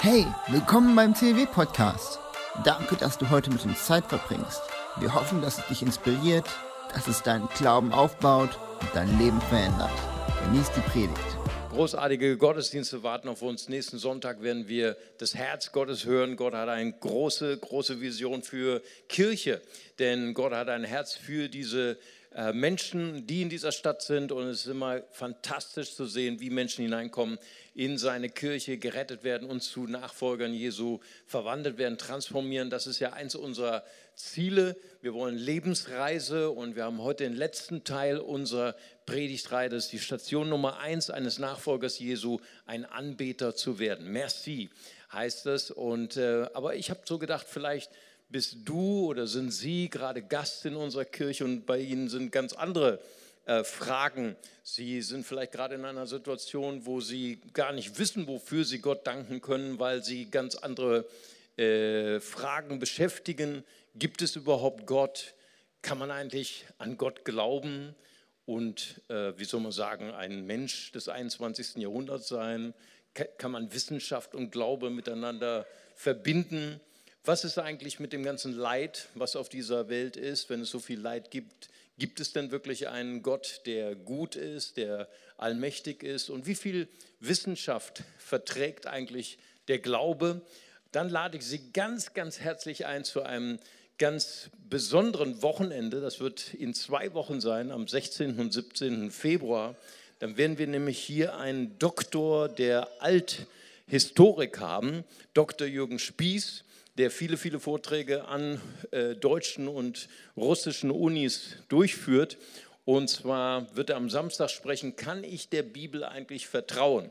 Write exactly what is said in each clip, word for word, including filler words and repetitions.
Hey, willkommen beim C W Podcast. Danke, dass du heute mit uns Zeit verbringst. Wir hoffen, dass es dich inspiriert, dass es deinen Glauben aufbaut und dein Leben verändert. Genieß die Predigt. Großartige Gottesdienste warten auf uns. Nächsten Sonntag werden wir das Herz Gottes hören. Gott hat eine große, große Vision für Kirche, denn Gott hat ein Herz für diese äh, Menschen, die in dieser Stadt sind, und es ist immer fantastisch zu sehen, wie Menschen hineinkommen in seine Kirche, gerettet werden und zu Nachfolgern Jesu verwandelt werden, transformieren. Das ist ja eins unserer Ziele. Wir wollen Lebensreise, und wir haben heute den letzten Teil unserer Predigtreihe. Das ist die Station Nummer eins eines Nachfolgers Jesu, ein Anbeter zu werden. Merci heißt es. Und, äh, aber ich habe so gedacht, vielleicht bist du oder sind Sie gerade Gast in unserer Kirche und bei Ihnen sind ganz andere äh, Fragen. Sie sind vielleicht gerade in einer Situation, wo Sie gar nicht wissen, wofür Sie Gott danken können, weil Sie ganz andere äh, Fragen beschäftigen. Gibt es überhaupt Gott? Kann man eigentlich an Gott glauben und, äh, wie soll man sagen, ein Mensch des einundzwanzigsten Jahrhunderts sein? Kann man Wissenschaft und Glaube miteinander verbinden? Was ist eigentlich mit dem ganzen Leid, was auf dieser Welt ist, wenn es so viel Leid gibt? Gibt es denn wirklich einen Gott, der gut ist, der allmächtig ist? Und wie viel Wissenschaft verträgt eigentlich der Glaube? Dann lade ich Sie ganz, ganz herzlich ein zu einem ganz besonderen Wochenende. Das wird in zwei Wochen sein, am sechzehnten und siebzehnten Februar. Dann werden wir nämlich hier einen Doktor der Althistorik haben, Doktor Jürgen Spieß, der viele, viele Vorträge an äh, deutschen und russischen Unis durchführt. Und zwar wird er am Samstag sprechen: Kann ich der Bibel eigentlich vertrauen?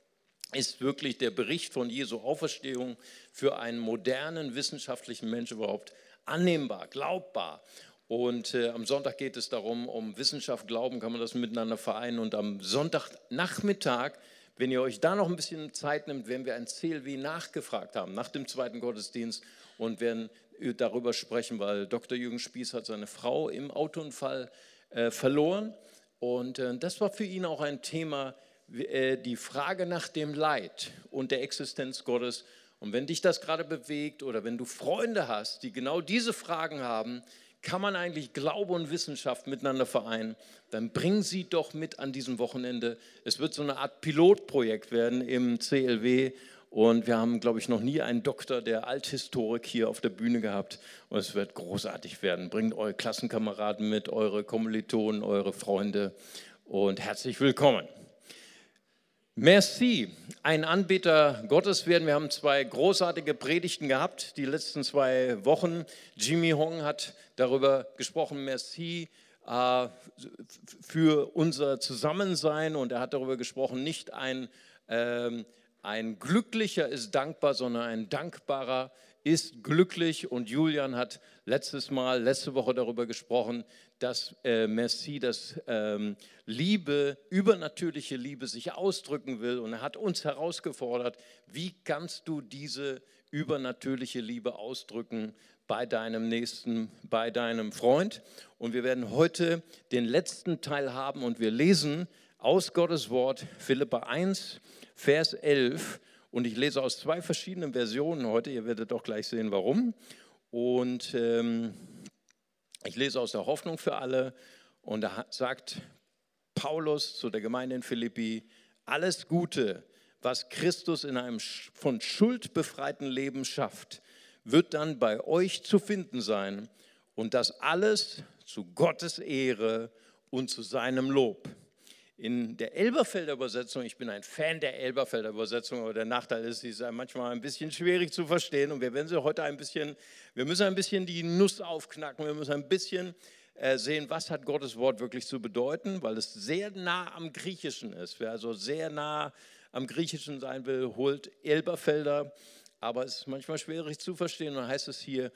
Ist wirklich der Bericht von Jesu Auferstehung für einen modernen wissenschaftlichen Menschen überhaupt annehmbar, glaubbar? Und äh, am Sonntag geht es darum, um Wissenschaft, Glauben, kann man das miteinander vereinen. Und am Sonntagnachmittag, wenn ihr euch da noch ein bisschen Zeit nimmt, werden wir ein C L W nachgefragt haben, nach dem zweiten Gottesdienst, und werden darüber sprechen, weil Doktor Jürgen Spieß hat seine Frau im Autounfall äh, verloren. Und äh, das war für ihn auch ein Thema, äh, die Frage nach dem Leid und der Existenz Gottes. Und wenn dich das gerade bewegt oder wenn du Freunde hast, die genau diese Fragen haben, kann man eigentlich Glaube und Wissenschaft miteinander vereinen, dann bring sie doch mit an diesem Wochenende. Es wird so eine Art Pilotprojekt werden im C L W, und wir haben, glaube ich, noch nie einen Doktor der Althistorik hier auf der Bühne gehabt, und es wird großartig werden. Bringt eure Klassenkameraden mit, eure Kommilitonen, eure Freunde, und herzlich willkommen. Merci, ein Anbeter Gottes werden. Wir haben zwei großartige Predigten gehabt, die letzten zwei Wochen. Jimmy Hong hat darüber gesprochen, merci äh, für unser Zusammensein, und er hat darüber gesprochen, nicht ein, ähm, ein Glücklicher ist dankbar, sondern ein Dankbarer ist glücklich. Und Julian hat letztes Mal, letzte Woche darüber gesprochen, dass äh, Merci, dass ähm, Liebe, übernatürliche Liebe sich ausdrücken will. Und er hat uns herausgefordert, wie kannst du diese übernatürliche Liebe ausdrücken bei deinem Nächsten, bei deinem Freund. Und wir werden heute den letzten Teil haben, und wir lesen aus Gottes Wort Philipper eins, Vers elf. Und ich lese aus zwei verschiedenen Versionen heute, ihr werdet auch gleich sehen, warum. Und ähm, ich lese aus der Hoffnung für alle, und da sagt Paulus zu der Gemeinde in Philippi: Alles Gute, was Christus in einem von Schuld befreiten Leben schafft, wird dann bei euch zu finden sein, und das alles zu Gottes Ehre und zu seinem Lob. In der Elberfelder Übersetzung, ich bin ein Fan der Elberfelder Übersetzung, aber der Nachteil ist, sie ist manchmal ein bisschen schwierig zu verstehen, und wir werden sie heute ein bisschen, wir müssen ein bisschen die Nuss aufknacken, wir müssen ein bisschen äh, sehen, was hat Gottes Wort wirklich zu bedeuten, weil es sehr nah am Griechischen ist. Wer also sehr nah am Griechischen sein will, holt Elberfelder, aber es ist manchmal schwierig zu verstehen, und dann heißt es hier: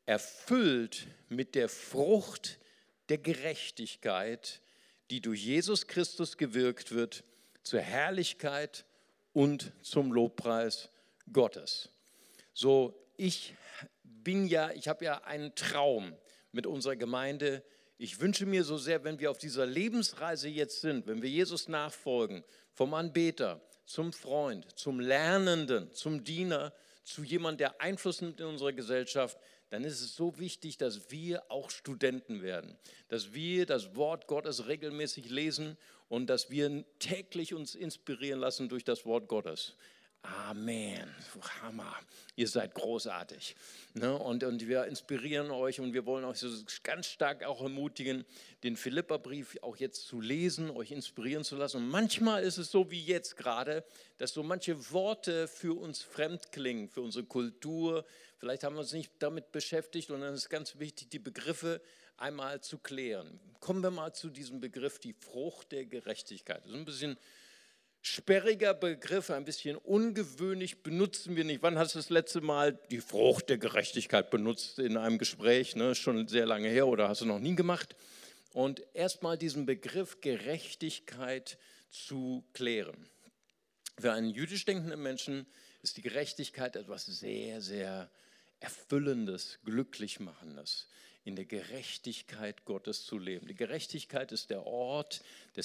erfüllt mit der Frucht der Gerechtigkeit, die durch Jesus Christus gewirkt wird, zur Herrlichkeit und zum Lobpreis Gottes. So, ich bin ja, ich habe ja einen Traum mit unserer Gemeinde. Ich wünsche mir so sehr, wenn wir auf dieser Lebensreise jetzt sind, wenn wir Jesus nachfolgen, vom Anbeter zum Freund, zum Lernenden, zum Diener, zu jemandem, der Einfluss nimmt in unserer Gesellschaft, dann ist es so wichtig, dass wir auch Studenten werden, dass wir das Wort Gottes regelmäßig lesen und dass wir täglich uns inspirieren lassen durch das Wort Gottes. Amen. Hammer. Ihr seid großartig. Ne? Und, und wir inspirieren euch und wir wollen euch so ganz stark auch ermutigen, den Philipperbrief auch jetzt zu lesen, euch inspirieren zu lassen. Und manchmal ist es so wie jetzt gerade, dass so manche Worte für uns fremd klingen, für unsere Kultur. Vielleicht haben wir uns nicht damit beschäftigt und dann ist es ganz wichtig, die Begriffe einmal zu klären. Kommen wir mal zu diesem Begriff, die Frucht der Gerechtigkeit. Das ist ein bisschen sperriger Begriff, ein bisschen ungewöhnlich, benutzen wir nicht. Wann hast du das letzte Mal die Frucht der Gerechtigkeit benutzt in einem Gespräch? Ne? Schon sehr lange her oder hast du noch nie gemacht? Und erstmal diesen Begriff Gerechtigkeit zu klären. Für einen jüdisch denkenden Menschen ist die Gerechtigkeit etwas sehr, sehr Erfüllendes, Glücklichmachendes, in der Gerechtigkeit Gottes zu leben. Die Gerechtigkeit ist der Ort, der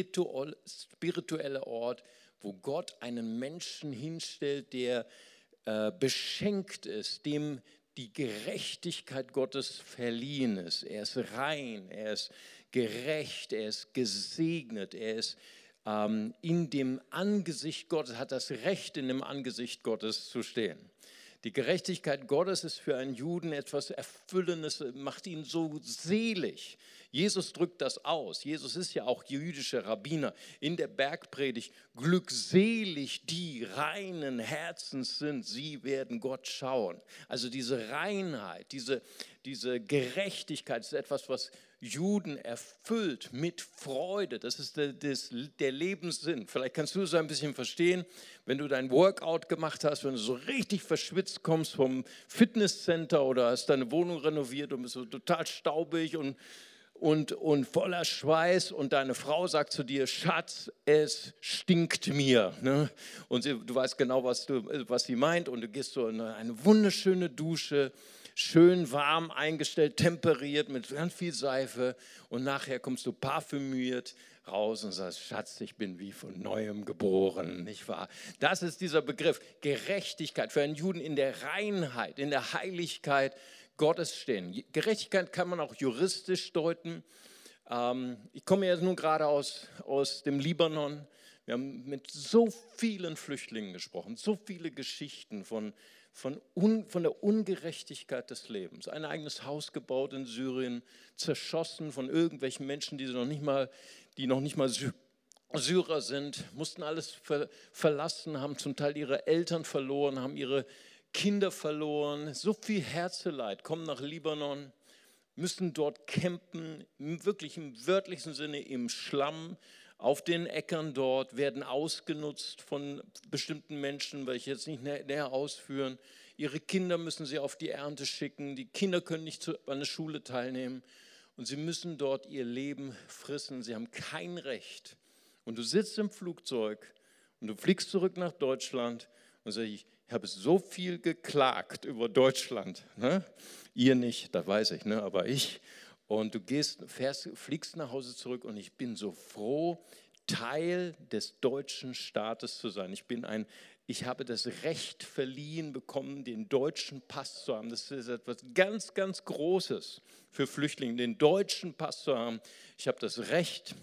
spirituelle Ort, wo Gott einen Menschen hinstellt, der äh, beschenkt ist, dem die Gerechtigkeit Gottes verliehen ist. Er ist rein, er ist gerecht, er ist gesegnet, er ist ähm, in dem Angesicht Gottes, hat das Recht, in dem Angesicht Gottes zu stehen. Die Gerechtigkeit Gottes ist für einen Juden etwas Erfüllendes, macht ihn so selig. Jesus drückt das aus. Jesus ist ja auch jüdischer Rabbiner in der Bergpredigt. Glückselig die reinen Herzens sind, sie werden Gott schauen. Also diese Reinheit, diese, diese Gerechtigkeit ist etwas, was Juden erfüllt mit Freude. Das ist der, das, der Lebenssinn. Vielleicht kannst du es ein bisschen verstehen, wenn du dein Workout gemacht hast, wenn du so richtig verschwitzt kommst vom Fitnesscenter oder hast deine Wohnung renoviert und bist so total staubig und, und, und voller Schweiß und deine Frau sagt zu dir, Schatz, es stinkt mir. Ne? Und sie, du weißt genau, was, du, was sie meint und du gehst so in eine wunderschöne Dusche, schön warm eingestellt, temperiert mit ganz viel Seife und nachher kommst du parfümiert raus und sagst, Schatz, ich bin wie von Neuem geboren, nicht wahr? Das ist dieser Begriff Gerechtigkeit für einen Juden in der Reinheit, in der Heiligkeit Gottes stehen. Gerechtigkeit kann man auch juristisch deuten. Ähm, ich komme jetzt nun gerade aus, aus dem Libanon. Wir haben mit so vielen Flüchtlingen gesprochen, so viele Geschichten von Von, un, von der Ungerechtigkeit des Lebens. Ein eigenes Haus gebaut in Syrien, zerschossen von irgendwelchen Menschen, die noch nicht mal, die noch nicht mal Sy Syrer sind, mussten alles ver verlassen, haben zum Teil ihre Eltern verloren, haben ihre Kinder verloren. So viel Herzeleid, kommen nach Libanon, müssen dort campen, wirklich im wörtlichen Sinne im Schlamm, auf den Äckern dort, werden ausgenutzt von bestimmten Menschen, welche jetzt nicht näher, näher ausführen. Ihre Kinder müssen sie auf die Ernte schicken. Die Kinder können nicht zu, an der Schule teilnehmen. Und sie müssen dort ihr Leben fristen. Sie haben kein Recht. Und du sitzt im Flugzeug und du fliegst zurück nach Deutschland und sagst, ich habe so viel geklagt über Deutschland. Ne? Ihr nicht, das weiß ich, ne? Aber ich. Und du gehst, fährst, fliegst nach Hause zurück und ich bin so froh, Teil des deutschen Staates zu sein. Ich bin ein, ich habe das Recht verliehen bekommen, den deutschen Pass zu haben. Das ist etwas ganz, ganz Großes für Flüchtlinge, den deutschen Pass zu haben. Ich habe das Recht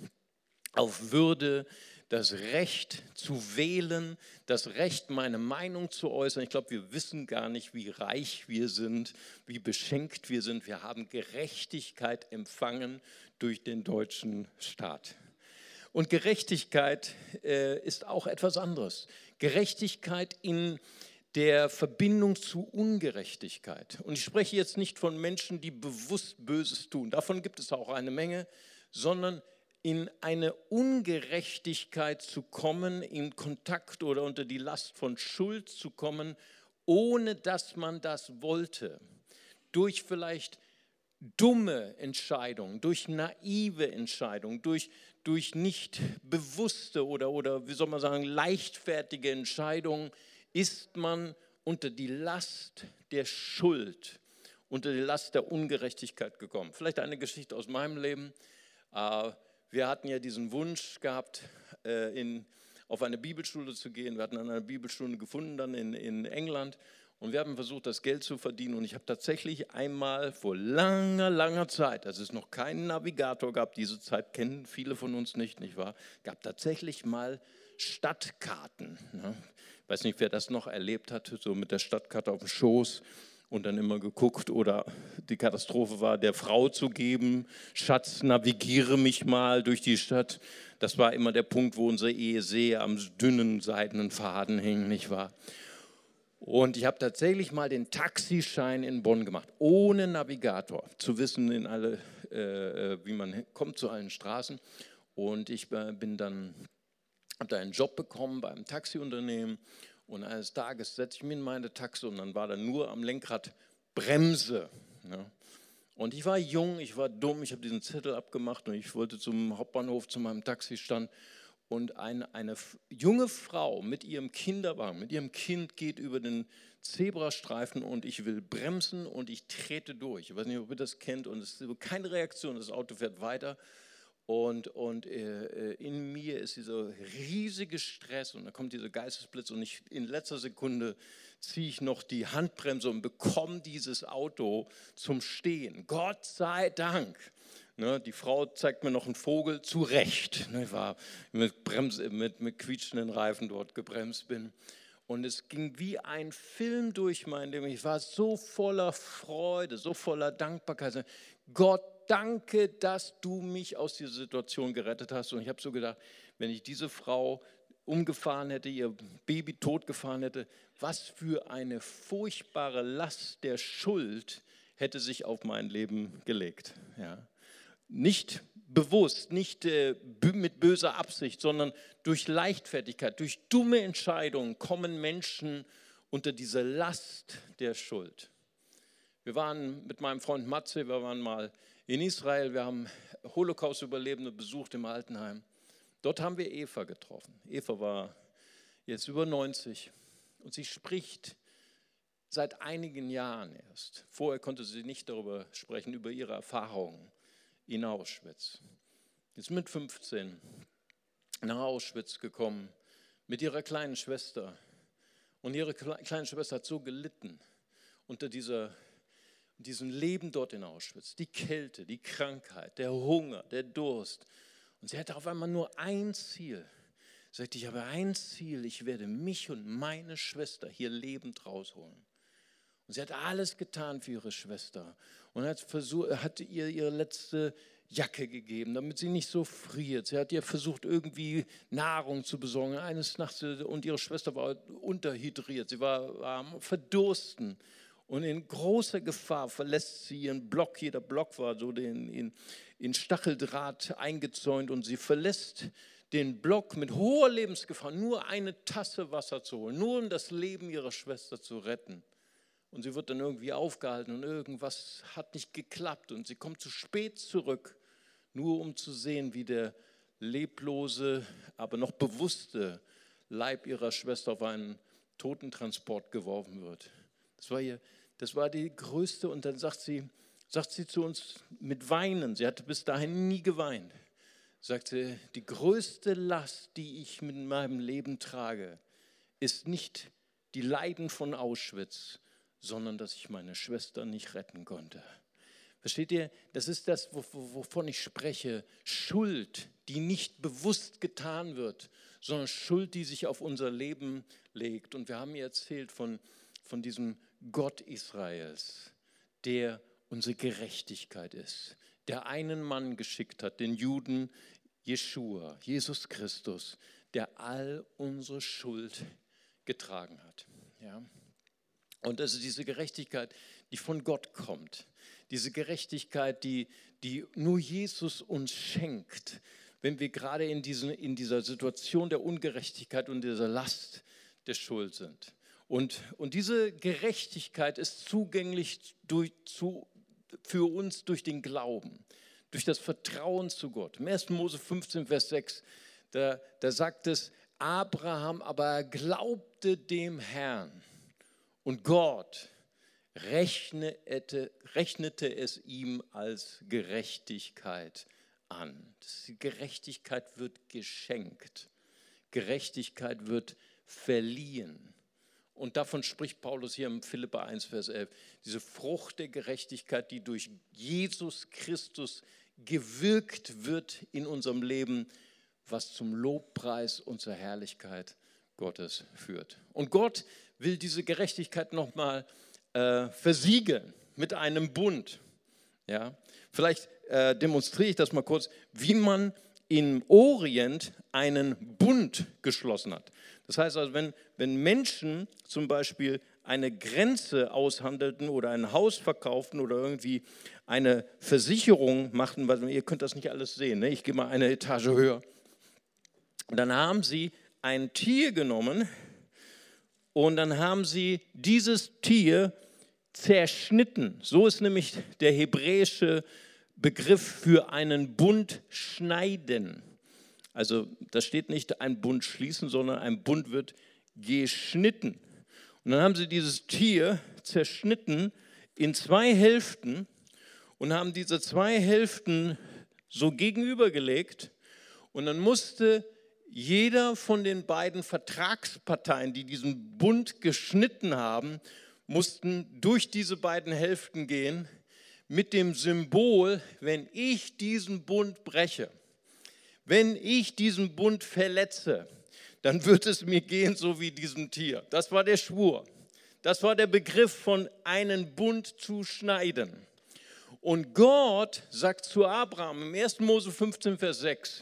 auf Würde, das Recht zu wählen, das Recht, meine Meinung zu äußern. Ich glaube, wir wissen gar nicht, wie reich wir sind, wie beschenkt wir sind. Wir haben Gerechtigkeit empfangen durch den deutschen Staat. Und Gerechtigkeit äh, ist auch etwas anderes. Gerechtigkeit in der Verbindung zu Ungerechtigkeit. Und ich spreche jetzt nicht von Menschen, die bewusst Böses tun. Davon gibt es auch eine Menge, sondern in eine Ungerechtigkeit zu kommen, in Kontakt oder unter die Last von Schuld zu kommen, ohne dass man das wollte. Durch vielleicht dumme Entscheidungen, durch naive Entscheidungen, durch, durch nicht bewusste oder, oder, wie soll man sagen, leichtfertige Entscheidungen ist man unter die Last der Schuld, unter die Last der Ungerechtigkeit gekommen. Vielleicht eine Geschichte aus meinem Leben. Äh, Wir hatten ja diesen Wunsch gehabt, in, auf eine Bibelschule zu gehen. Wir hatten eine Bibelschule gefunden dann in, in England und wir haben versucht, das Geld zu verdienen. Und ich habe tatsächlich einmal vor langer, langer Zeit, als es noch keinen Navigator gab, diese Zeit kennen viele von uns nicht, nicht wahr? Gab tatsächlich mal Stadtkarten. Ne? Ich weiß nicht, wer das noch erlebt hat, so mit der Stadtkarte auf dem Schoß. Und dann immer geguckt oder die Katastrophe war, der Frau zu geben, Schatz, navigiere mich mal durch die Stadt. Das war immer der Punkt, wo unsere Ehe sehr am dünnen seidenen Faden hing, nicht wahr? Und ich habe tatsächlich mal den Taxischein in Bonn gemacht, ohne Navigator, zu wissen, in alle, äh, wie man kommt zu allen Straßen. Und ich bin dann, habe da einen Job bekommen bei einem Taxiunternehmen. Und eines Tages setze ich mich in meine Taxi und dann war da nur am Lenkrad Bremse. Ja. Und ich war jung, ich war dumm, ich habe diesen Zettel abgemacht und ich wollte zum Hauptbahnhof, zu meinem Taxistand. Und eine, eine junge Frau mit ihrem Kinderwagen, mit ihrem Kind geht über den Zebrastreifen und ich will bremsen und ich trete durch. Ich weiß nicht, ob ihr das kennt und es ist keine Reaktion, das Auto fährt weiter. Und, und äh, in mir ist dieser riesige Stress und dann kommt dieser Geistesblitz und ich, in letzter Sekunde ziehe ich noch die Handbremse und bekomme dieses Auto zum Stehen. Gott sei Dank. Ne, die Frau zeigt mir noch einen Vogel, zu Recht. Ne, ich war mit, Bremse, mit, mit quietschenden Reifen dort gebremst bin. Und es ging wie ein Film durch mein Leben. Ich war so voller Freude, so voller Dankbarkeit. Gott, danke, dass du mich aus dieser Situation gerettet hast. Und ich habe so gedacht, wenn ich diese Frau umgefahren hätte, ihr Baby totgefahren hätte, was für eine furchtbare Last der Schuld hätte sich auf mein Leben gelegt. Ja. Nicht bewusst, nicht äh, mit böser Absicht, sondern durch Leichtfertigkeit, durch dumme Entscheidungen kommen Menschen unter diese Last der Schuld. Wir waren mit meinem Freund Matze, wir waren mal in Israel, wir haben Holocaust-Überlebende besucht im Altenheim. Dort haben wir Eva getroffen. Eva war jetzt über neunzig und sie spricht seit einigen Jahren erst. Vorher konnte sie nicht darüber sprechen, über ihre Erfahrungen in Auschwitz. Jetzt mit fünfzehn nach Auschwitz gekommen mit ihrer kleinen Schwester. Und ihre kleine Schwester hat so gelitten unter dieser, diesem Leben dort in Auschwitz. Die Kälte, die Krankheit, der Hunger, der Durst. Und sie hatte auf einmal nur ein Ziel. Sie sagte, ich habe ein Ziel, ich werde mich und meine Schwester hier lebend rausholen. Und sie hat alles getan für ihre Schwester und hat, versucht, hat ihr ihre letzte Jacke gegeben, damit sie nicht so friert. Sie hat ihr versucht, irgendwie Nahrung zu besorgen. Eines Nachts, und ihre Schwester war unterhydriert, sie war, war am Verdursten. Und in großer Gefahr verlässt sie ihren Block. Jeder Block war so in, in, in Stacheldraht eingezäunt und sie verlässt den Block mit hoher Lebensgefahr, nur eine Tasse Wasser zu holen, nur um das Leben ihrer Schwester zu retten. Und sie wird dann irgendwie aufgehalten und irgendwas hat nicht geklappt und sie kommt zu spät zurück, nur um zu sehen, wie der leblose, aber noch bewusste Leib ihrer Schwester auf einen Totentransport geworfen wird. Das war, ihr, das war die größte, und dann sagt sie, sagt sie zu uns mit Weinen, sie hatte bis dahin nie geweint, sagt sie, die größte Last, die ich mit meinem Leben trage, ist nicht die Leiden von Auschwitz, sondern dass ich meine Schwester nicht retten konnte. Versteht ihr? Das ist das, wovon ich spreche. Schuld, die nicht bewusst getan wird, sondern Schuld, die sich auf unser Leben legt. Und wir haben hier erzählt von, von diesem Gott Israels, der unsere Gerechtigkeit ist, der einen Mann geschickt hat, den Juden Jeschua, Jesus Christus, der all unsere Schuld getragen hat. Ja. Und das ist diese Gerechtigkeit, die von Gott kommt. Diese Gerechtigkeit, die, die nur Jesus uns schenkt, wenn wir gerade in, diesen, in dieser Situation der Ungerechtigkeit und dieser Last der Schuld sind. Und, und diese Gerechtigkeit ist zugänglich durch, zu, für uns durch den Glauben, durch das Vertrauen zu Gott. Im ersten Mose fünfzehn, Vers sechs, da, da sagt es, Abraham aber glaubte dem Herrn. Und Gott rechnete, rechnete es ihm als Gerechtigkeit an. Die Gerechtigkeit wird geschenkt. Gerechtigkeit wird verliehen. Und davon spricht Paulus hier im Philipper eins, Vers elf. Diese Frucht der Gerechtigkeit, die durch Jesus Christus gewirkt wird in unserem Leben, was zum Lobpreis und zur Herrlichkeit Gottes führt. Und Gott will diese Gerechtigkeit nochmal äh, versiegeln mit einem Bund. Ja? Vielleicht äh, demonstriere ich das mal kurz, wie man im Orient einen Bund geschlossen hat. Das heißt also, wenn, wenn Menschen zum Beispiel eine Grenze aushandelten oder ein Haus verkauften oder irgendwie eine Versicherung machten, weil ihr könnt das nicht alles sehen, ne? Ich gehe mal eine Etage höher. Dann haben sie ein Tier genommen und dann haben sie dieses Tier zerschnitten. So ist nämlich der hebräische Begriff für einen Bund schneiden. Also da steht nicht ein Bund schließen, sondern ein Bund wird geschnitten. Und dann haben sie dieses Tier zerschnitten in zwei Hälften und haben diese zwei Hälften so gegenübergelegt. Und dann musste jeder von den beiden Vertragsparteien, die diesen Bund geschnitten haben, mussten durch diese beiden Hälften gehen mit dem Symbol, wenn ich diesen Bund breche, wenn ich diesen Bund verletze, dann wird es mir gehen so wie diesem Tier. Das war der Schwur. Das war der Begriff von einen Bund zu schneiden. Und Gott sagt zu Abraham im ersten Mose fünfzehn, Vers sechs,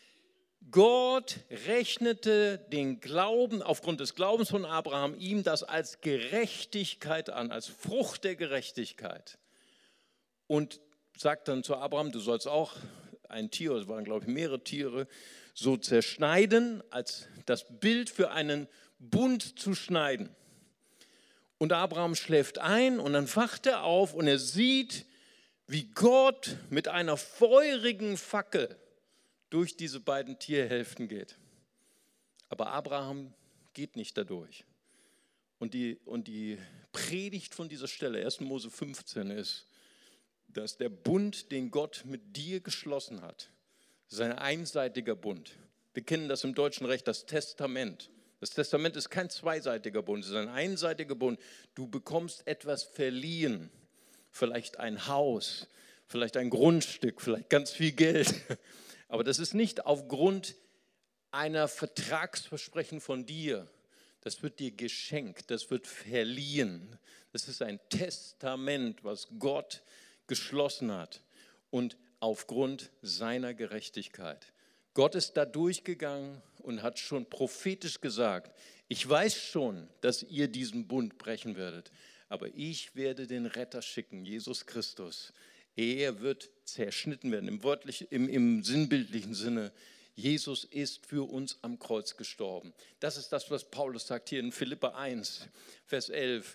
Gott rechnete den Glauben, aufgrund des Glaubens von Abraham, ihm das als Gerechtigkeit an, als Frucht der Gerechtigkeit. Und sagt dann zu Abraham, du sollst auch ein Tier, es waren glaube ich mehrere Tiere, so zerschneiden, als das Bild für einen Bund zu schneiden. Und Abraham schläft ein und dann wacht er auf und er sieht, wie Gott mit einer feurigen Fackel durch diese beiden Tierhälften geht. Aber Abraham geht nicht dadurch. Und die, und die Predigt von dieser Stelle, ersten Mose fünfzehn, ist, dass der Bund, den Gott mit dir geschlossen hat, ist ein einseitiger Bund. Wir kennen das im deutschen Recht, das Testament. Das Testament ist kein zweiseitiger Bund, es ist ein einseitiger Bund. Du bekommst etwas verliehen, vielleicht ein Haus, vielleicht ein Grundstück, vielleicht ganz viel Geld. Aber das ist nicht aufgrund einer Vertragsversprechen von dir. Das wird dir geschenkt, das wird verliehen. Das ist ein Testament, was Gott geschlossen hat und aufgrund seiner Gerechtigkeit. Gott ist da durchgegangen und hat schon prophetisch gesagt, ich weiß schon, dass ihr diesen Bund brechen werdet, aber ich werde den Retter schicken, Jesus Christus. Er wird zerschnitten werden, im, wörtlich, im, im sinnbildlichen Sinne. Jesus ist für uns am Kreuz gestorben. Das ist das, was Paulus sagt hier in Philipper eins, Vers elf.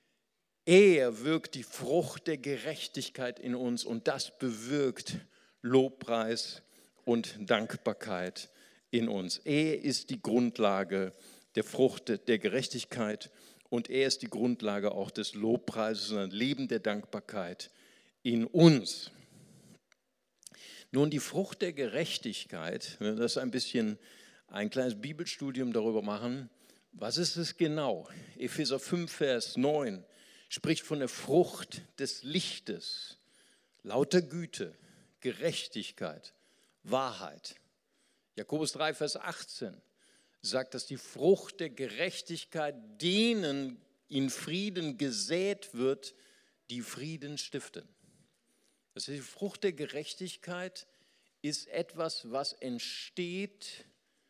Er wirkt die Frucht der Gerechtigkeit in uns und das bewirkt Lobpreis und Dankbarkeit in uns. Er ist die Grundlage der Frucht der Gerechtigkeit und er ist die Grundlage auch des Lobpreises und ein Leben der Dankbarkeit in uns. Nun, die Frucht der Gerechtigkeit, wenn wir das ein bisschen ein kleines Bibelstudium darüber machen, was ist es genau? Epheser fünf, Vers neun spricht von der Frucht des Lichtes, lauter Güte, Gerechtigkeit, Wahrheit. Jakobus drei, Vers achtzehn sagt, dass die Frucht der Gerechtigkeit denen in Frieden gesät wird, die Frieden stiften. Das heißt, die Frucht der Gerechtigkeit ist etwas, was entsteht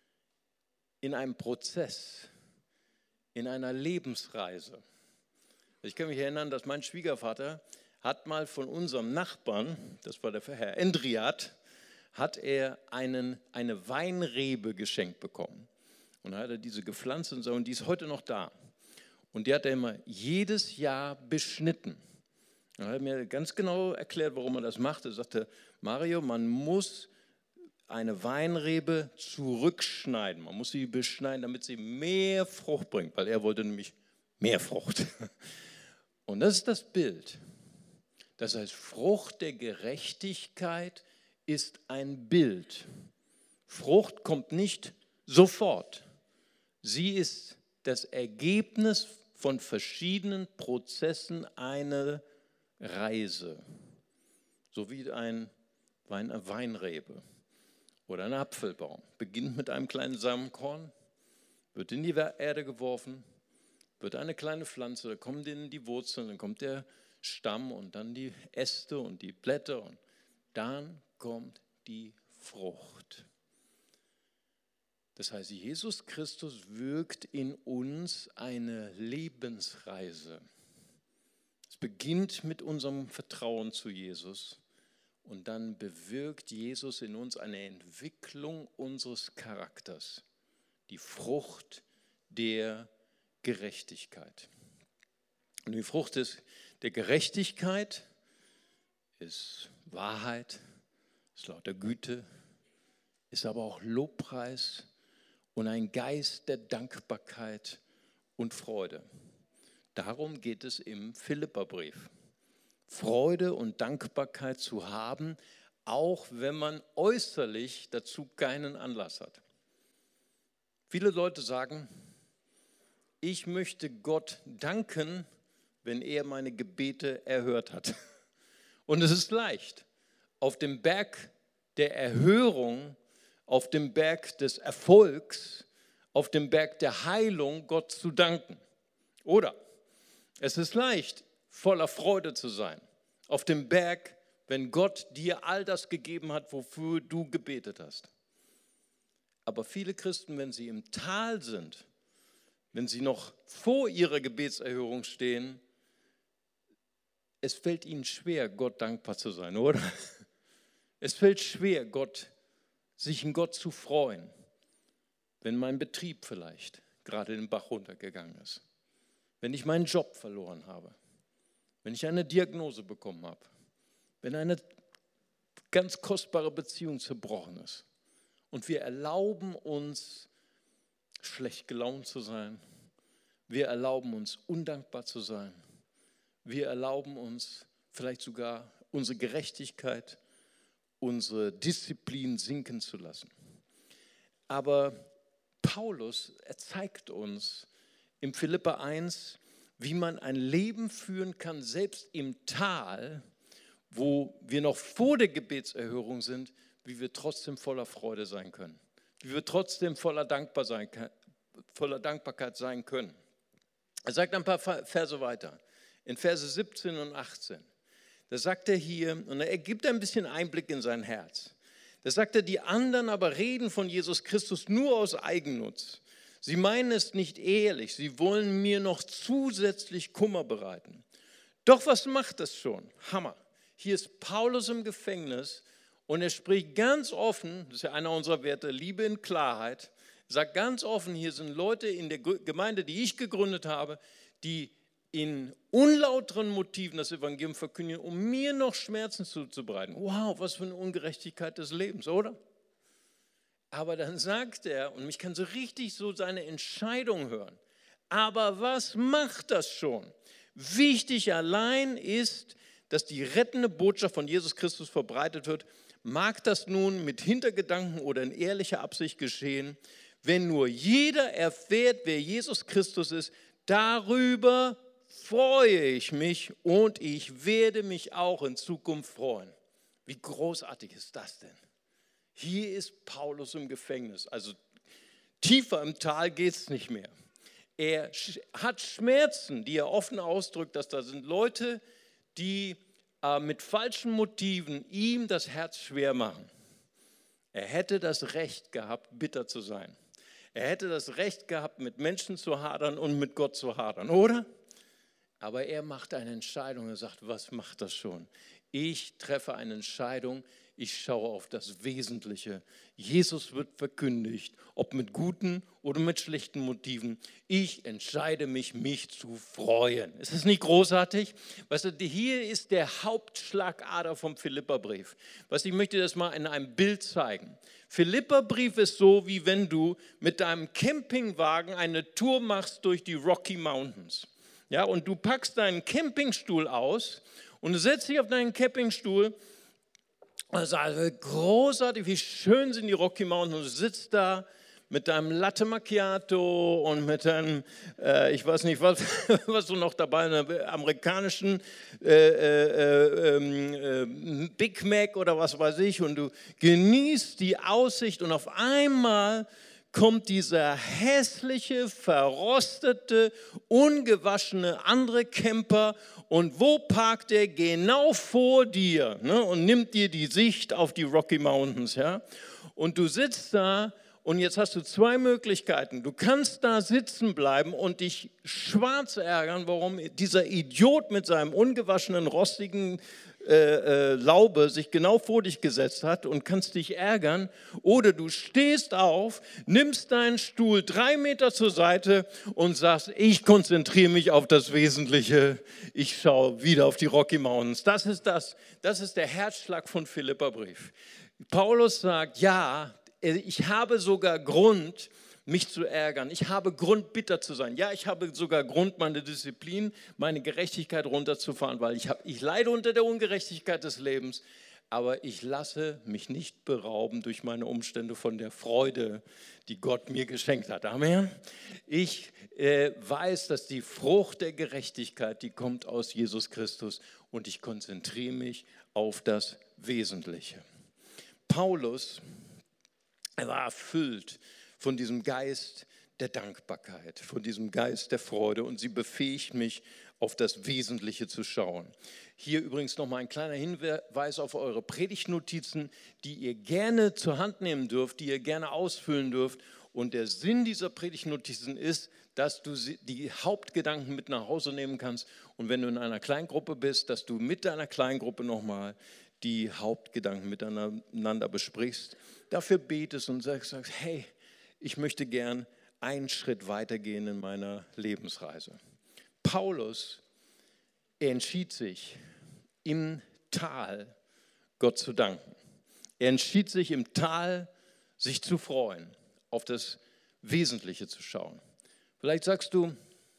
in einem Prozess, in einer Lebensreise. Ich kann mich erinnern, dass mein Schwiegervater hat mal von unserem Nachbarn, das war der Herr Endriat, hat er einen, eine Weinrebe geschenkt bekommen. Und dann hat er diese gepflanzt und so, und die ist heute noch da. Und die hat er immer jedes Jahr beschnitten. Und er hat mir ganz genau erklärt, warum er das macht. Er sagte, Mario, man muss eine Weinrebe zurückschneiden. Man muss sie beschneiden, damit sie mehr Frucht bringt, weil er wollte nämlich mehr Frucht. Und das ist das Bild. Das heißt, Frucht der Gerechtigkeit ist ein Bild. Frucht kommt nicht sofort. Sie ist das Ergebnis von verschiedenen Prozessen einer Reise. So wie ein, eine Weinrebe oder ein Apfelbaum. Beginnt mit einem kleinen Samenkorn, wird in die Erde geworfen, wird eine kleine Pflanze, da kommen in die Wurzeln, dann kommt der Stamm und dann die Äste und die Blätter und dann kommt die Frucht. Das heißt, Jesus Christus wirkt in uns eine Lebensreise. Es beginnt mit unserem Vertrauen zu Jesus und dann bewirkt Jesus in uns eine Entwicklung unseres Charakters, die Frucht der Gerechtigkeit. Und die Frucht des, der Gerechtigkeit ist Wahrheit, ist lauter Güte, ist aber auch Lobpreis und ein Geist der Dankbarkeit und Freude. Darum geht es im Philipperbrief. Freude und Dankbarkeit zu haben, auch wenn man äußerlich dazu keinen Anlass hat. Viele Leute sagen, ich möchte Gott danken, wenn er meine Gebete erhört hat. Und es ist leicht, auf dem Berg der Erhörung, auf dem Berg des Erfolgs, auf dem Berg der Heilung Gott zu danken. Oder es ist leicht, voller Freude zu sein, auf dem Berg, wenn Gott dir all das gegeben hat, wofür du gebetet hast. Aber viele Christen, wenn sie im Tal sind, wenn sie noch vor ihrer Gebetserhörung stehen, es fällt ihnen schwer, Gott dankbar zu sein, oder? Es fällt schwer, Gott, sich in Gott zu freuen, wenn mein Betrieb vielleicht gerade den Bach runtergegangen ist, wenn ich meinen Job verloren habe, wenn ich eine Diagnose bekommen habe, wenn eine ganz kostbare Beziehung zerbrochen ist und wir erlauben uns, schlecht gelaunt zu sein, wir erlauben uns, undankbar zu sein, wir erlauben uns vielleicht sogar unsere Gerechtigkeit, unsere Disziplin sinken zu lassen. Aber Paulus, er zeigt uns im Philipper eins, wie man ein Leben führen kann, selbst im Tal, wo wir noch vor der Gebetserhörung sind, wie wir trotzdem voller Freude sein können, wie wir trotzdem voller, Dankbar sein, voller Dankbarkeit sein können. Er sagt ein paar Verse weiter, in Verse siebzehn und achtzehn. Da sagt er hier, und er gibt ein bisschen Einblick in sein Herz. Da sagt er, die anderen aber reden von Jesus Christus nur aus Eigennutz. Sie meinen es nicht ehrlich, sie wollen mir noch zusätzlich Kummer bereiten. Doch was macht das schon? Hammer. Hier ist Paulus im Gefängnis und er spricht ganz offen, das ist ja einer unserer Werte, Liebe in Klarheit, er sagt ganz offen, hier sind Leute in der Gemeinde, die ich gegründet habe, die in unlauteren Motiven das Evangelium verkündigen, um mir noch Schmerzen zuzubereiten. Wow, was für eine Ungerechtigkeit des Lebens, oder? Aber dann sagt er, und ich kann so richtig so seine Entscheidung hören, aber was macht das schon? Wichtig allein ist, dass die rettende Botschaft von Jesus Christus verbreitet wird. Mag das nun mit Hintergedanken oder in ehrlicher Absicht geschehen, wenn nur jeder erfährt, wer Jesus Christus ist, darüber freue ich mich und ich werde mich auch in Zukunft freuen. Wie großartig ist das denn? Hier ist Paulus im Gefängnis, also tiefer im Tal geht es nicht mehr. Er hat Schmerzen, die er offen ausdrückt, dass da sind Leute, die äh, mit falschen Motiven ihm das Herz schwer machen. Er hätte das Recht gehabt, bitter zu sein. Er hätte das Recht gehabt, mit Menschen zu hadern und mit Gott zu hadern, oder? Aber er macht eine Entscheidung, er sagt, was macht das schon? Ich treffe eine Entscheidung, ich schaue auf das Wesentliche. Jesus wird verkündigt, ob mit guten oder mit schlechten Motiven. Ich entscheide mich, mich zu freuen. Ist das nicht großartig? Weißt du, hier ist der Hauptschlagader vom Philipperbrief. Weißt du, ich möchte das mal in einem Bild zeigen. Philipperbrief ist so, wie wenn du mit deinem Campingwagen eine Tour machst durch die Rocky Mountains. Ja, und du packst deinen Campingstuhl aus und du setzt dich auf deinen Campingstuhl und sagst, großartig, wie schön sind die Rocky Mountains. Und du sitzt da mit deinem Latte Macchiato und mit deinem, äh, ich weiß nicht, was, was du noch dabei, einer amerikanischen äh, äh, äh, äh, Big Mac oder was weiß ich, und du genießt die Aussicht und auf einmal kommt dieser hässliche, verrostete, ungewaschene andere Camper und wo parkt er? Genau vor dir, ne, und nimmt dir die Sicht auf die Rocky Mountains. Ja? Und du sitzt da und jetzt hast du zwei Möglichkeiten. Du kannst da sitzen bleiben und dich schwarz ärgern, warum dieser Idiot mit seinem ungewaschenen, rostigen Äh, äh, Laube sich genau vor dich gesetzt hat und kannst dich ärgern, oder du stehst auf, nimmst deinen Stuhl drei Meter zur Seite und sagst, ich konzentriere mich auf das Wesentliche, ich schaue wieder auf die Rocky Mountains. Das ist das, das ist der Herzschlag von Philipperbrief. Paulus sagt, ja, ich habe sogar Grund, mich zu ärgern. Ich habe Grund, bitter zu sein. Ja, ich habe sogar Grund, meine Disziplin, meine Gerechtigkeit runterzufahren, weil ich, hab, ich leide unter der Ungerechtigkeit des Lebens, aber ich lasse mich nicht berauben durch meine Umstände von der Freude, die Gott mir geschenkt hat. Amen. Ich äh, weiß, dass die Frucht der Gerechtigkeit, die kommt aus Jesus Christus, und ich konzentriere mich auf das Wesentliche. Paulus, er war erfüllt von diesem Geist der Dankbarkeit, von diesem Geist der Freude, und sie befähigt mich, auf das Wesentliche zu schauen. Hier übrigens nochmal ein kleiner Hinweis auf eure Predigtnotizen, die ihr gerne zur Hand nehmen dürft, die ihr gerne ausfüllen dürft. Und der Sinn dieser Predigtnotizen ist, dass du die Hauptgedanken mit nach Hause nehmen kannst, und wenn du in einer Kleingruppe bist, dass du mit deiner Kleingruppe nochmal die Hauptgedanken miteinander besprichst, dafür betest und sagst, sagst hey, ich möchte gern einen Schritt weitergehen in meiner Lebensreise. Paulus entschied sich, im Tal Gott zu danken. Er entschied sich, im Tal sich zu freuen, auf das Wesentliche zu schauen. Vielleicht sagst du,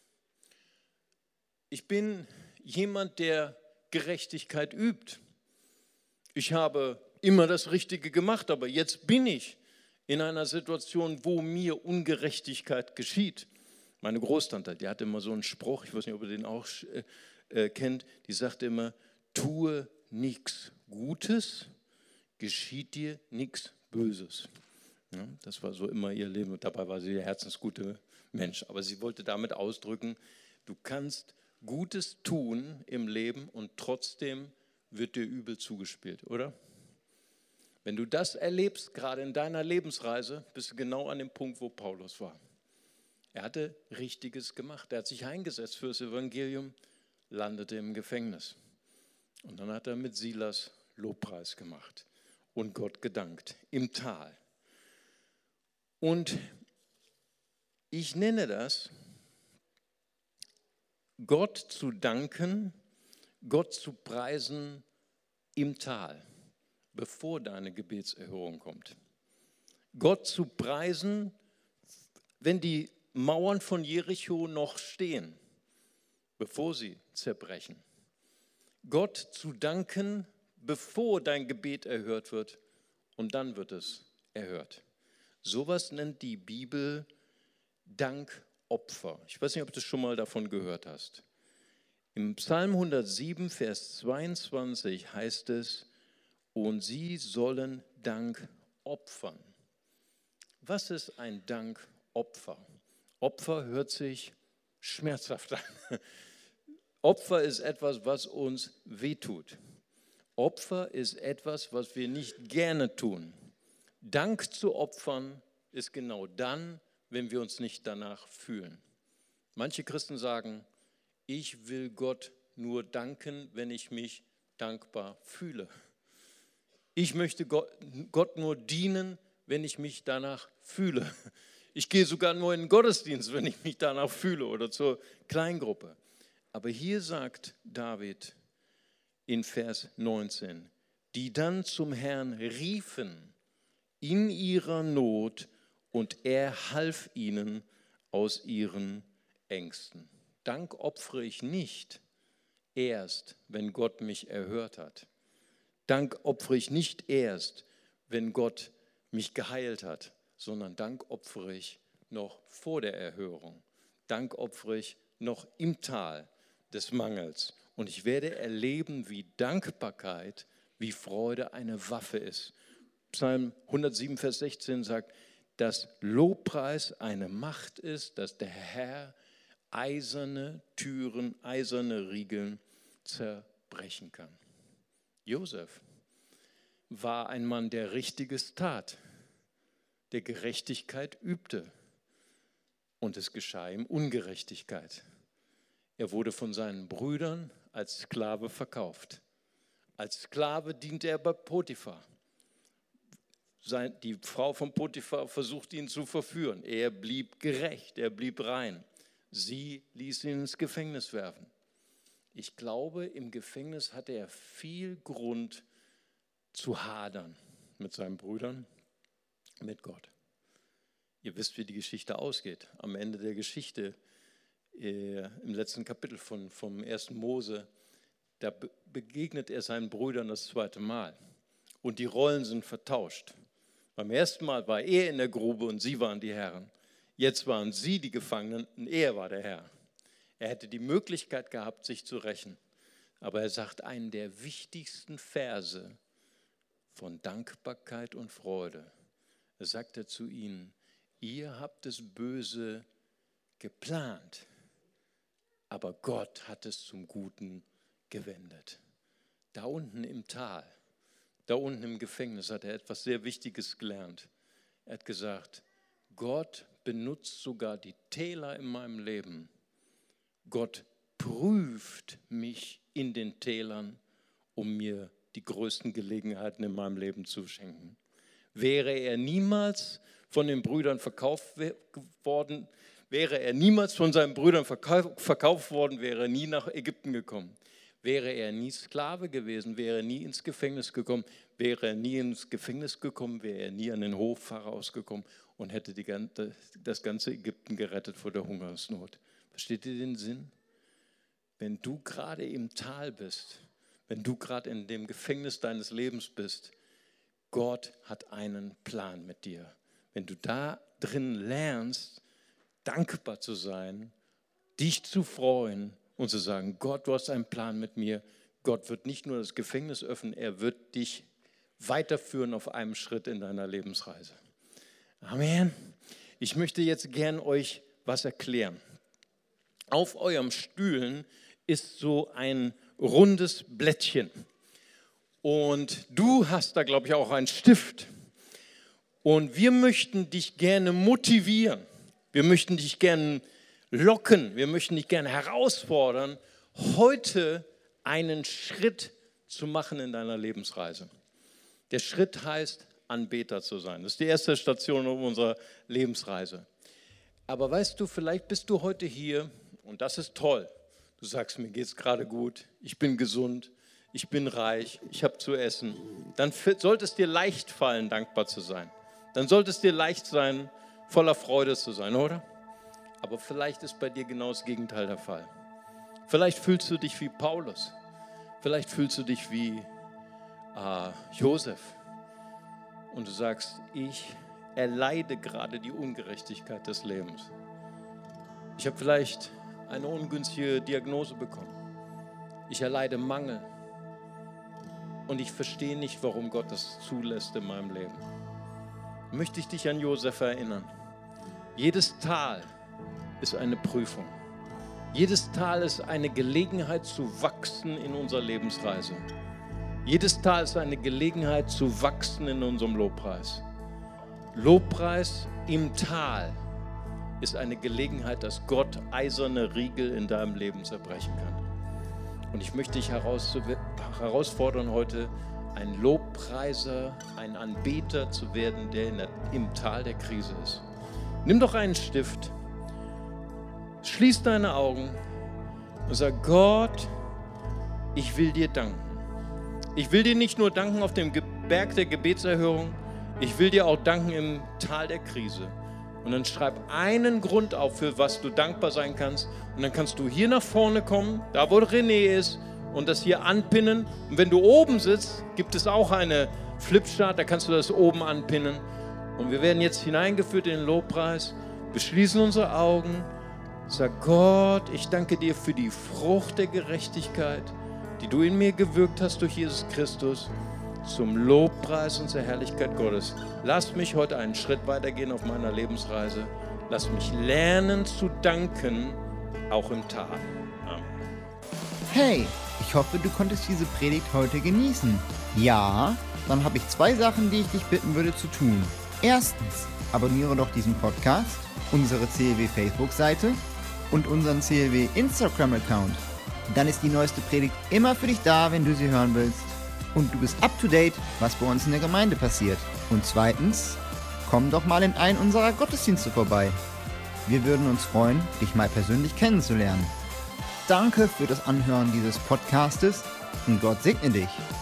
ich bin jemand, der Gerechtigkeit übt. Ich habe immer das Richtige gemacht, aber jetzt bin ich in einer Situation, wo mir Ungerechtigkeit geschieht. Meine Großtante, die hatte immer so einen Spruch, ich weiß nicht, ob ihr den auch äh, kennt, die sagte immer, tue nichts Gutes, geschieht dir nichts Böses. Ja, das war so immer ihr Leben, und dabei war sie der herzensgute Mensch. Aber sie wollte damit ausdrücken, du kannst Gutes tun im Leben und trotzdem wird dir übel zugespielt, oder? Wenn du das erlebst, gerade in deiner Lebensreise, bist du genau an dem Punkt, wo Paulus war. Er hatte Richtiges gemacht. Er hat sich eingesetzt für das Evangelium, landete im Gefängnis. Und dann hat er mit Silas Lobpreis gemacht und Gott gedankt im Tal. Und ich nenne das, Gott zu danken, Gott zu preisen im Tal, bevor deine Gebetserhörung kommt. Gott zu preisen, wenn die Mauern von Jericho noch stehen, bevor sie zerbrechen. Gott zu danken, bevor dein Gebet erhört wird, und dann wird es erhört. Sowas nennt die Bibel Dankopfer. Ich weiß nicht, ob du schon mal davon gehört hast. Im Psalm hundertsieben, Vers zweiundzwanzig heißt es, und sie sollen Dank opfern. Was ist ein Dankopfer? Opfer hört sich schmerzhaft an. Opfer ist etwas, was uns wehtut. Opfer ist etwas, was wir nicht gerne tun. Dank zu opfern ist genau dann, wenn wir uns nicht danach fühlen. Manche Christen sagen, ich will Gott nur danken, wenn ich mich dankbar fühle. Ich möchte Gott nur dienen, wenn ich mich danach fühle. Ich gehe sogar nur in den Gottesdienst, wenn ich mich danach fühle, oder zur Kleingruppe. Aber hier sagt David in Vers neunzehn, die dann zum Herrn riefen in ihrer Not, und er half ihnen aus ihren Ängsten. Dank opfere ich nicht erst, wenn Gott mich erhört hat. Dank opfere ich nicht erst, wenn Gott mich geheilt hat, sondern Dank opfere ich noch vor der Erhörung. Dank opfere ich noch im Tal des Mangels. Und ich werde erleben, wie Dankbarkeit, wie Freude eine Waffe ist. Psalm hundertsieben, Vers sechzehn sagt, dass Lobpreis eine Macht ist, dass der Herr eiserne Türen, eiserne Riegeln zerbrechen kann. Josef war ein Mann, der Richtiges tat, der Gerechtigkeit übte. Und es geschah ihm Ungerechtigkeit. Er wurde von seinen Brüdern als Sklave verkauft. Als Sklave diente er bei Potiphar. Die Frau von Potiphar versuchte ihn zu verführen. Er blieb gerecht, er blieb rein. Sie ließ ihn ins Gefängnis werfen. Ich glaube, im Gefängnis hatte er viel Grund zu hadern mit seinen Brüdern, mit Gott. Ihr wisst, wie die Geschichte ausgeht. Am Ende der Geschichte, äh, im letzten Kapitel von, vom ersten Mose, da be- begegnet er seinen Brüdern das zweite Mal. Und die Rollen sind vertauscht. Beim ersten Mal war er in der Grube und sie waren die Herren. Jetzt waren sie die Gefangenen und er war der Herr. Er hätte die Möglichkeit gehabt, sich zu rächen. Aber er sagt einen der wichtigsten Verse von Dankbarkeit und Freude. Er sagte zu ihnen, ihr habt das Böse geplant, aber Gott hat es zum Guten gewendet. Da unten im Tal, da unten im Gefängnis hat er etwas sehr Wichtiges gelernt. Er hat gesagt, Gott benutzt sogar die Täler in meinem Leben. Gott prüft mich in den Tälern, um mir die größten Gelegenheiten in meinem Leben zu schenken. Wäre er niemals von den Brüdern verkauft worden, wäre er niemals von seinen Brüdern verkauft worden, wäre er nie nach Ägypten gekommen. Wäre er nie Sklave gewesen, wäre er nie ins Gefängnis gekommen, wäre er nie ins Gefängnis gekommen, wäre er nie an den Hof Pharaos gekommen und hätte die ganze, das ganze Ägypten gerettet vor der Hungersnot. Versteht ihr den Sinn? Wenn du gerade im Tal bist, wenn du gerade in dem Gefängnis deines Lebens bist, Gott hat einen Plan mit dir. Wenn du da drin lernst, dankbar zu sein, dich zu freuen und zu sagen, Gott, du hast einen Plan mit mir. Gott wird nicht nur das Gefängnis öffnen, er wird dich weiterführen auf einem Schritt in deiner Lebensreise. Amen. Ich möchte jetzt gern euch was erklären. Auf eurem Stühlen ist so ein rundes Blättchen. Und du hast da, glaube ich, auch einen Stift. Und wir möchten dich gerne motivieren. Wir möchten dich gerne locken. Wir möchten dich gerne herausfordern, heute einen Schritt zu machen in deiner Lebensreise. Der Schritt heißt, Anbeter zu sein. Das ist die erste Station unserer Lebensreise. Aber weißt du, vielleicht bist du heute hier und das ist toll. Du sagst, mir geht es gerade gut, ich bin gesund, ich bin reich, ich habe zu essen. Dann sollte es dir leicht fallen, dankbar zu sein. Dann sollte es dir leicht sein, voller Freude zu sein, oder? Aber vielleicht ist bei dir genau das Gegenteil der Fall. Vielleicht fühlst du dich wie Paulus. Vielleicht fühlst du dich wie äh, Josef. Und du sagst, ich erleide gerade die Ungerechtigkeit des Lebens. Ich habe vielleicht eine ungünstige Diagnose bekommen. Ich erleide Mangel. Und ich verstehe nicht, warum Gott das zulässt in meinem Leben. Möchte ich dich an Josef erinnern. Jedes Tal ist eine Prüfung. Jedes Tal ist eine Gelegenheit zu wachsen in unserer Lebensreise. Jedes Tal ist eine Gelegenheit zu wachsen in unserem Lobpreis. Lobpreis im Tal ist eine Gelegenheit, dass Gott eiserne Riegel in deinem Leben zerbrechen kann. Und ich möchte dich herausfordern, heute ein Lobpreiser, ein Anbeter zu werden, der, in der im Tal der Krise ist. Nimm doch einen Stift, schließ deine Augen und sag, Gott, ich will dir danken. Ich will dir nicht nur danken auf dem Berg der Gebetserhörung, ich will dir auch danken im Tal der Krise. Und dann schreib einen Grund auf, für was du dankbar sein kannst. Und dann kannst du hier nach vorne kommen, da wo René ist, und das hier anpinnen. Und wenn du oben sitzt, gibt es auch eine Flipchart, da kannst du das oben anpinnen. Und wir werden jetzt hineingeführt in den Lobpreis, beschließen unsere Augen, sag Gott, ich danke dir für die Frucht der Gerechtigkeit, die du in mir gewirkt hast durch Jesus Christus, zum Lobpreis und zur Herrlichkeit Gottes. Lass mich heute einen Schritt weitergehen auf meiner Lebensreise. Lass mich lernen zu danken, auch im Tal. Amen. Hey, ich hoffe, du konntest diese Predigt heute genießen. Ja, dann habe ich zwei Sachen, die ich dich bitten würde zu tun. Erstens, abonniere doch diesen Podcast, unsere C L W Facebook-Seite und unseren C L W Instagram-Account. Dann ist die neueste Predigt immer für dich da, wenn du sie hören willst. Und du bist up to date, was bei uns in der Gemeinde passiert. Und zweitens, komm doch mal in einen unserer Gottesdienste vorbei. Wir würden uns freuen, dich mal persönlich kennenzulernen. Danke für das Anhören dieses Podcastes und Gott segne dich.